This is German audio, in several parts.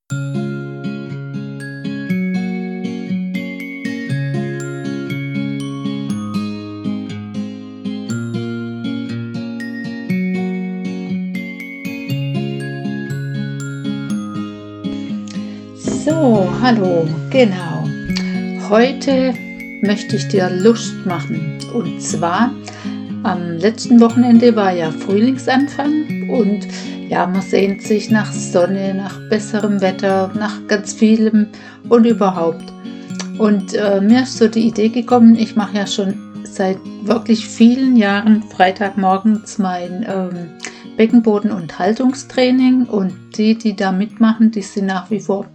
So, hallo, genau. Heute möchte ich dir Lust machen. Und zwar am letzten Wochenende war ja Frühlingsanfang und ja, man sehnt sich nach Sonne, nach besserem Wetter, nach ganz vielem und überhaupt. Und mir ist so die Idee gekommen, ich mache ja schon seit wirklich vielen Jahren Freitagmorgens mein Beckenboden- und Haltungstraining, und die da mitmachen, die sind nach wie vor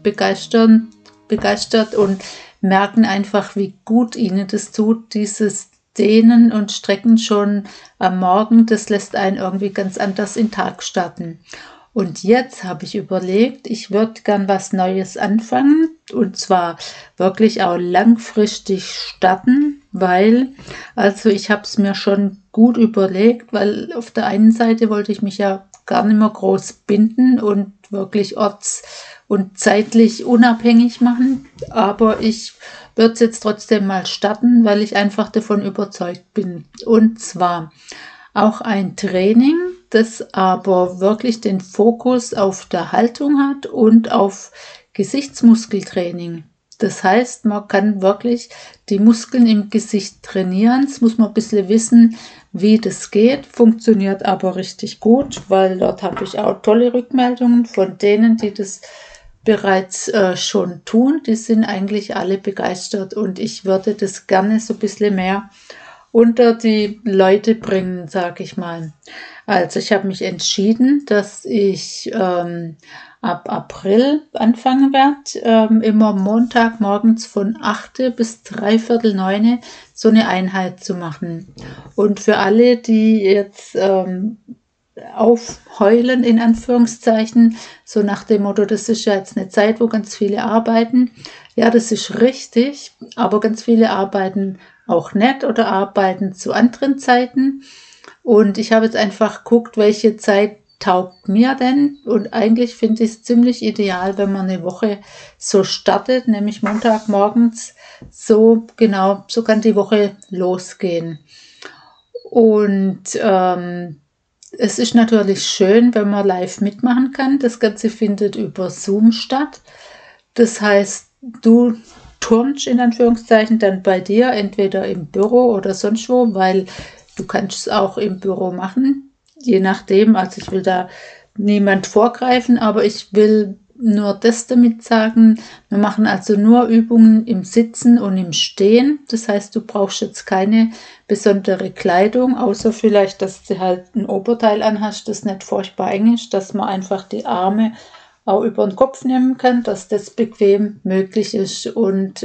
begeistert und merken einfach, wie gut ihnen das tut, dieses Dehnen und Strecken schon am Morgen. Das lässt einen irgendwie ganz anders in den Tag starten. Und jetzt habe ich überlegt, ich würde gern was Neues anfangen, und zwar wirklich auch langfristig starten, weil, also ich habe es mir schon gut überlegt, weil auf der einen Seite wollte ich mich ja gar nicht mehr groß binden und wirklich orts- und zeitlich unabhängig machen, aber ich würde es jetzt trotzdem mal starten, weil ich einfach davon überzeugt bin. Und zwar auch ein Training, das aber wirklich den Fokus auf der Haltung hat und auf Gesichtsmuskeltraining. Das heißt, man kann wirklich die Muskeln im Gesicht trainieren. Das muss man ein bisschen wissen, wie das geht. Funktioniert aber richtig gut, weil dort habe ich auch tolle Rückmeldungen von denen, die das bereits schon tun. Die sind eigentlich alle begeistert, und ich würde das gerne so ein bisschen mehr unter die Leute bringen, sag ich mal. Also ich habe mich entschieden, dass ich ab April anfangen werde, immer Montagmorgens von 8 bis 8:45 so eine Einheit zu machen. Und für alle, die jetzt aufheulen, in Anführungszeichen, so nach dem Motto, das ist ja jetzt eine Zeit, wo ganz viele arbeiten. Ja, das ist richtig, aber ganz viele arbeiten auch nicht oder arbeiten zu anderen Zeiten. Und ich habe jetzt einfach geguckt, welche Zeit taugt mir denn. Und eigentlich finde ich es ziemlich ideal, wenn man eine Woche so startet, nämlich Montagmorgens. So genau, so kann die Woche losgehen. Und es ist natürlich schön, wenn man live mitmachen kann. Das Ganze findet über Zoom statt. Das heißt, du turnst in Anführungszeichen dann bei dir, entweder im Büro oder sonst wo, weil du kannst es auch im Büro machen, je nachdem. Also ich will da niemand vorgreifen, aber ich will nur das damit sagen, wir machen also nur Übungen im Sitzen und im Stehen. Das heißt, du brauchst jetzt keine besondere Kleidung, außer vielleicht, dass du halt ein Oberteil anhast, das nicht furchtbar eng ist, dass man einfach die Arme auch über den Kopf nehmen kann, dass das bequem möglich ist, und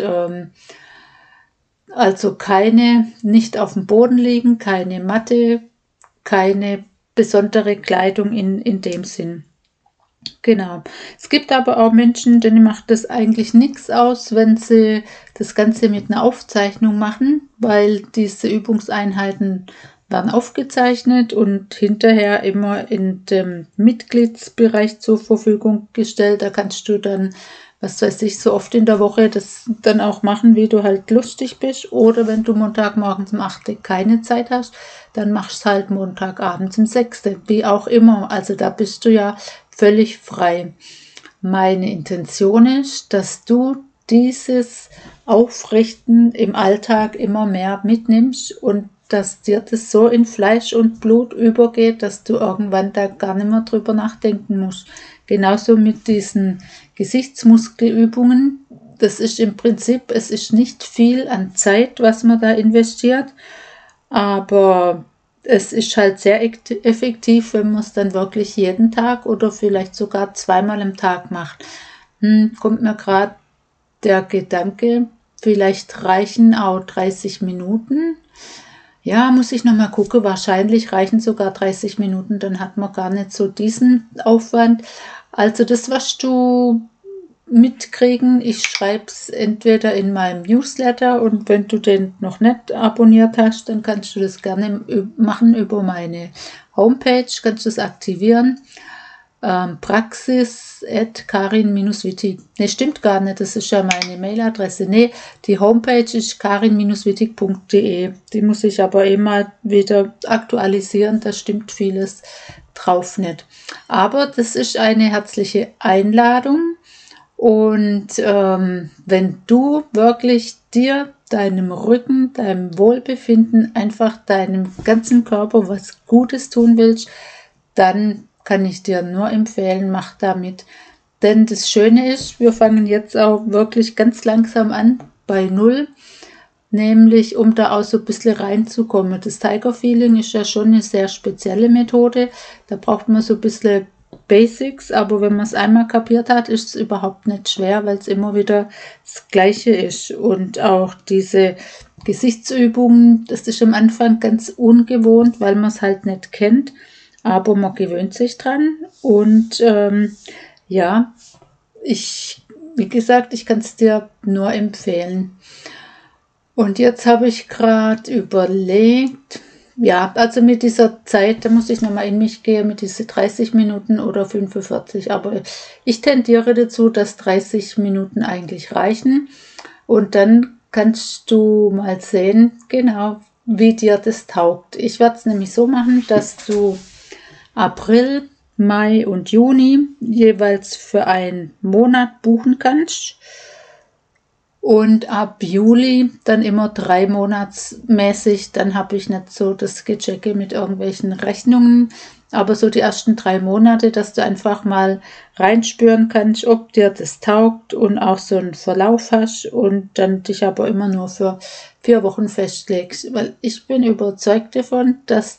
also nicht auf dem Boden liegen, keine Matte, keine besondere Kleidung in dem Sinn. Genau. Es gibt aber auch Menschen, denen macht das eigentlich nichts aus, wenn sie das Ganze mit einer Aufzeichnung machen, weil diese Übungseinheiten werden aufgezeichnet und hinterher immer in dem Mitgliedsbereich zur Verfügung gestellt. Da kannst du dann, was weiß ich, so oft in der Woche das dann auch machen, wie du halt lustig bist. Oder wenn du Montagmorgens um 8 Uhr keine Zeit hast, dann machst du halt Montagabends um 6 Uhr, wie auch immer. Also da bist du ja völlig frei. Meine Intention ist, dass du dieses Aufrichten im Alltag immer mehr mitnimmst und dass dir das so in Fleisch und Blut übergeht, dass du irgendwann da gar nicht mehr drüber nachdenken musst. Genauso mit diesen Gesichtsmuskelübungen. Das ist im Prinzip, es ist nicht viel an Zeit, was man da investiert, aber es ist halt sehr effektiv, wenn man es dann wirklich jeden Tag oder vielleicht sogar zweimal am Tag macht. Kommt mir gerade der Gedanke, vielleicht reichen auch 30 Minuten. Ja, muss ich nochmal gucken. Wahrscheinlich reichen sogar 30 Minuten, dann hat man gar nicht so diesen Aufwand. Also das, was du mitkriegen, ich schreibe es entweder in meinem Newsletter, und wenn du den noch nicht abonniert hast, dann kannst du das gerne machen über meine Homepage, kannst du es aktivieren. praxis@karin-wittig. Ne, stimmt gar nicht, das ist ja meine Mailadresse. Ne, die Homepage ist karin-wittig.de. Die muss ich aber mal wieder aktualisieren, da stimmt vieles drauf nicht. Aber das ist eine herzliche Einladung. Und wenn du wirklich dir, deinem Rücken, deinem Wohlbefinden, einfach deinem ganzen Körper was Gutes tun willst, dann kann ich dir nur empfehlen, mach damit. Denn das Schöne ist, wir fangen jetzt auch wirklich ganz langsam an bei Null, nämlich um da auch so ein bisschen reinzukommen. Das Tiger Feeling ist ja schon eine sehr spezielle Methode. Da braucht man so ein bisschen Basics, aber wenn man es einmal kapiert hat, ist es überhaupt nicht schwer, weil es immer wieder das Gleiche ist. Und auch diese Gesichtsübungen, das ist am Anfang ganz ungewohnt, weil man es halt nicht kennt, aber man gewöhnt sich dran. Und wie gesagt, ich kann es dir nur empfehlen. Und jetzt habe ich gerade überlegt, ja, also mit dieser Zeit, da muss ich nochmal in mich gehen, mit diesen 30 Minuten oder 45. Aber ich tendiere dazu, dass 30 Minuten eigentlich reichen. Und dann kannst du mal sehen, genau, wie dir das taugt. Ich werde es nämlich so machen, dass du April, Mai und Juni jeweils für einen Monat buchen kannst. Und ab Juli dann immer 3 monatsmäßig, dann habe ich nicht so das Gechecke mit irgendwelchen Rechnungen, aber so die ersten 3 Monate, dass du einfach mal reinspüren kannst, ob dir das taugt und auch so einen Verlauf hast und dann dich aber immer nur für 4 Wochen festlegst, weil ich bin überzeugt davon, dass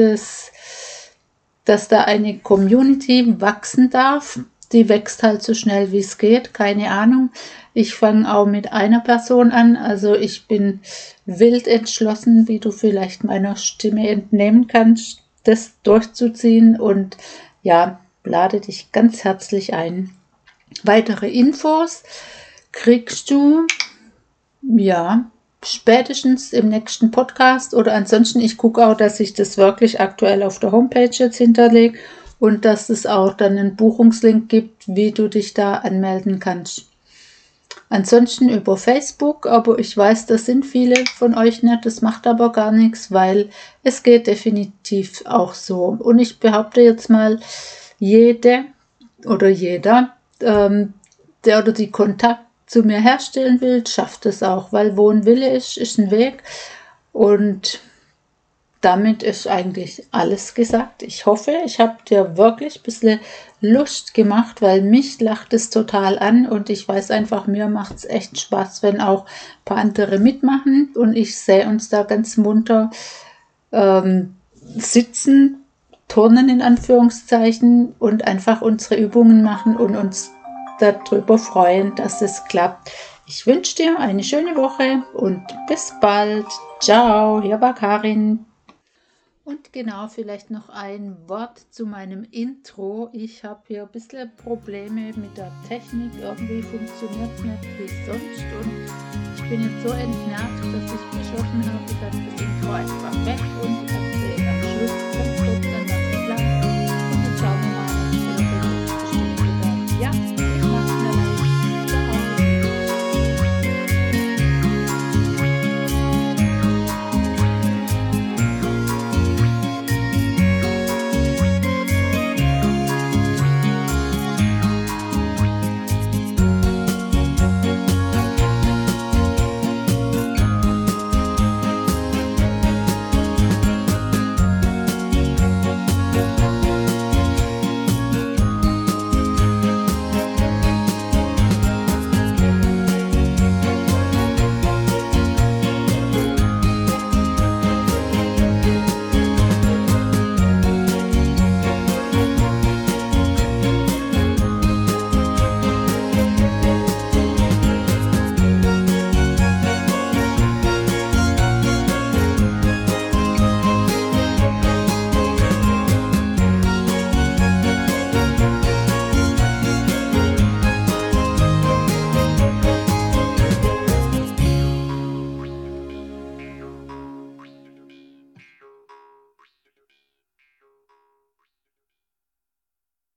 da eine Community wachsen darf. Die wächst halt so schnell wie es geht, keine Ahnung. Ich fange auch mit einer Person an, also ich bin wild entschlossen, wie du vielleicht meiner Stimme entnehmen kannst, das durchzuziehen und ja, lade dich ganz herzlich ein. Weitere Infos kriegst du, ja, spätestens im nächsten Podcast oder ansonsten, ich gucke auch, dass ich das wirklich aktuell auf der Homepage jetzt hinterlege und dass es auch dann einen Buchungslink gibt, wie du dich da anmelden kannst. Ansonsten über Facebook, aber ich weiß, das sind viele von euch nicht, das macht aber gar nichts, weil es geht definitiv auch so. Und ich behaupte jetzt mal, jede oder jeder, der oder die Kontakt zu mir herstellen will, schafft es auch, weil wo ein Wille ist ein Weg und damit ist eigentlich alles gesagt. Ich hoffe, ich habe dir wirklich ein bisschen Lust gemacht, weil mich lacht es total an und ich weiß einfach, mir macht es echt Spaß, wenn auch ein paar andere mitmachen und ich sehe uns da ganz munter sitzen, turnen in Anführungszeichen und einfach unsere Übungen machen und uns darüber freuen, dass es klappt. Ich wünsche dir eine schöne Woche und bis bald. Ciao, hier war Karin. Und genau, vielleicht noch ein Wort zu meinem Intro. Ich habe hier ein bisschen Probleme mit der Technik. Irgendwie funktioniert es nicht wie sonst. Und ich bin jetzt so entnervt, dass ich beschlossen habe, ich lasse das Intro einfach weg und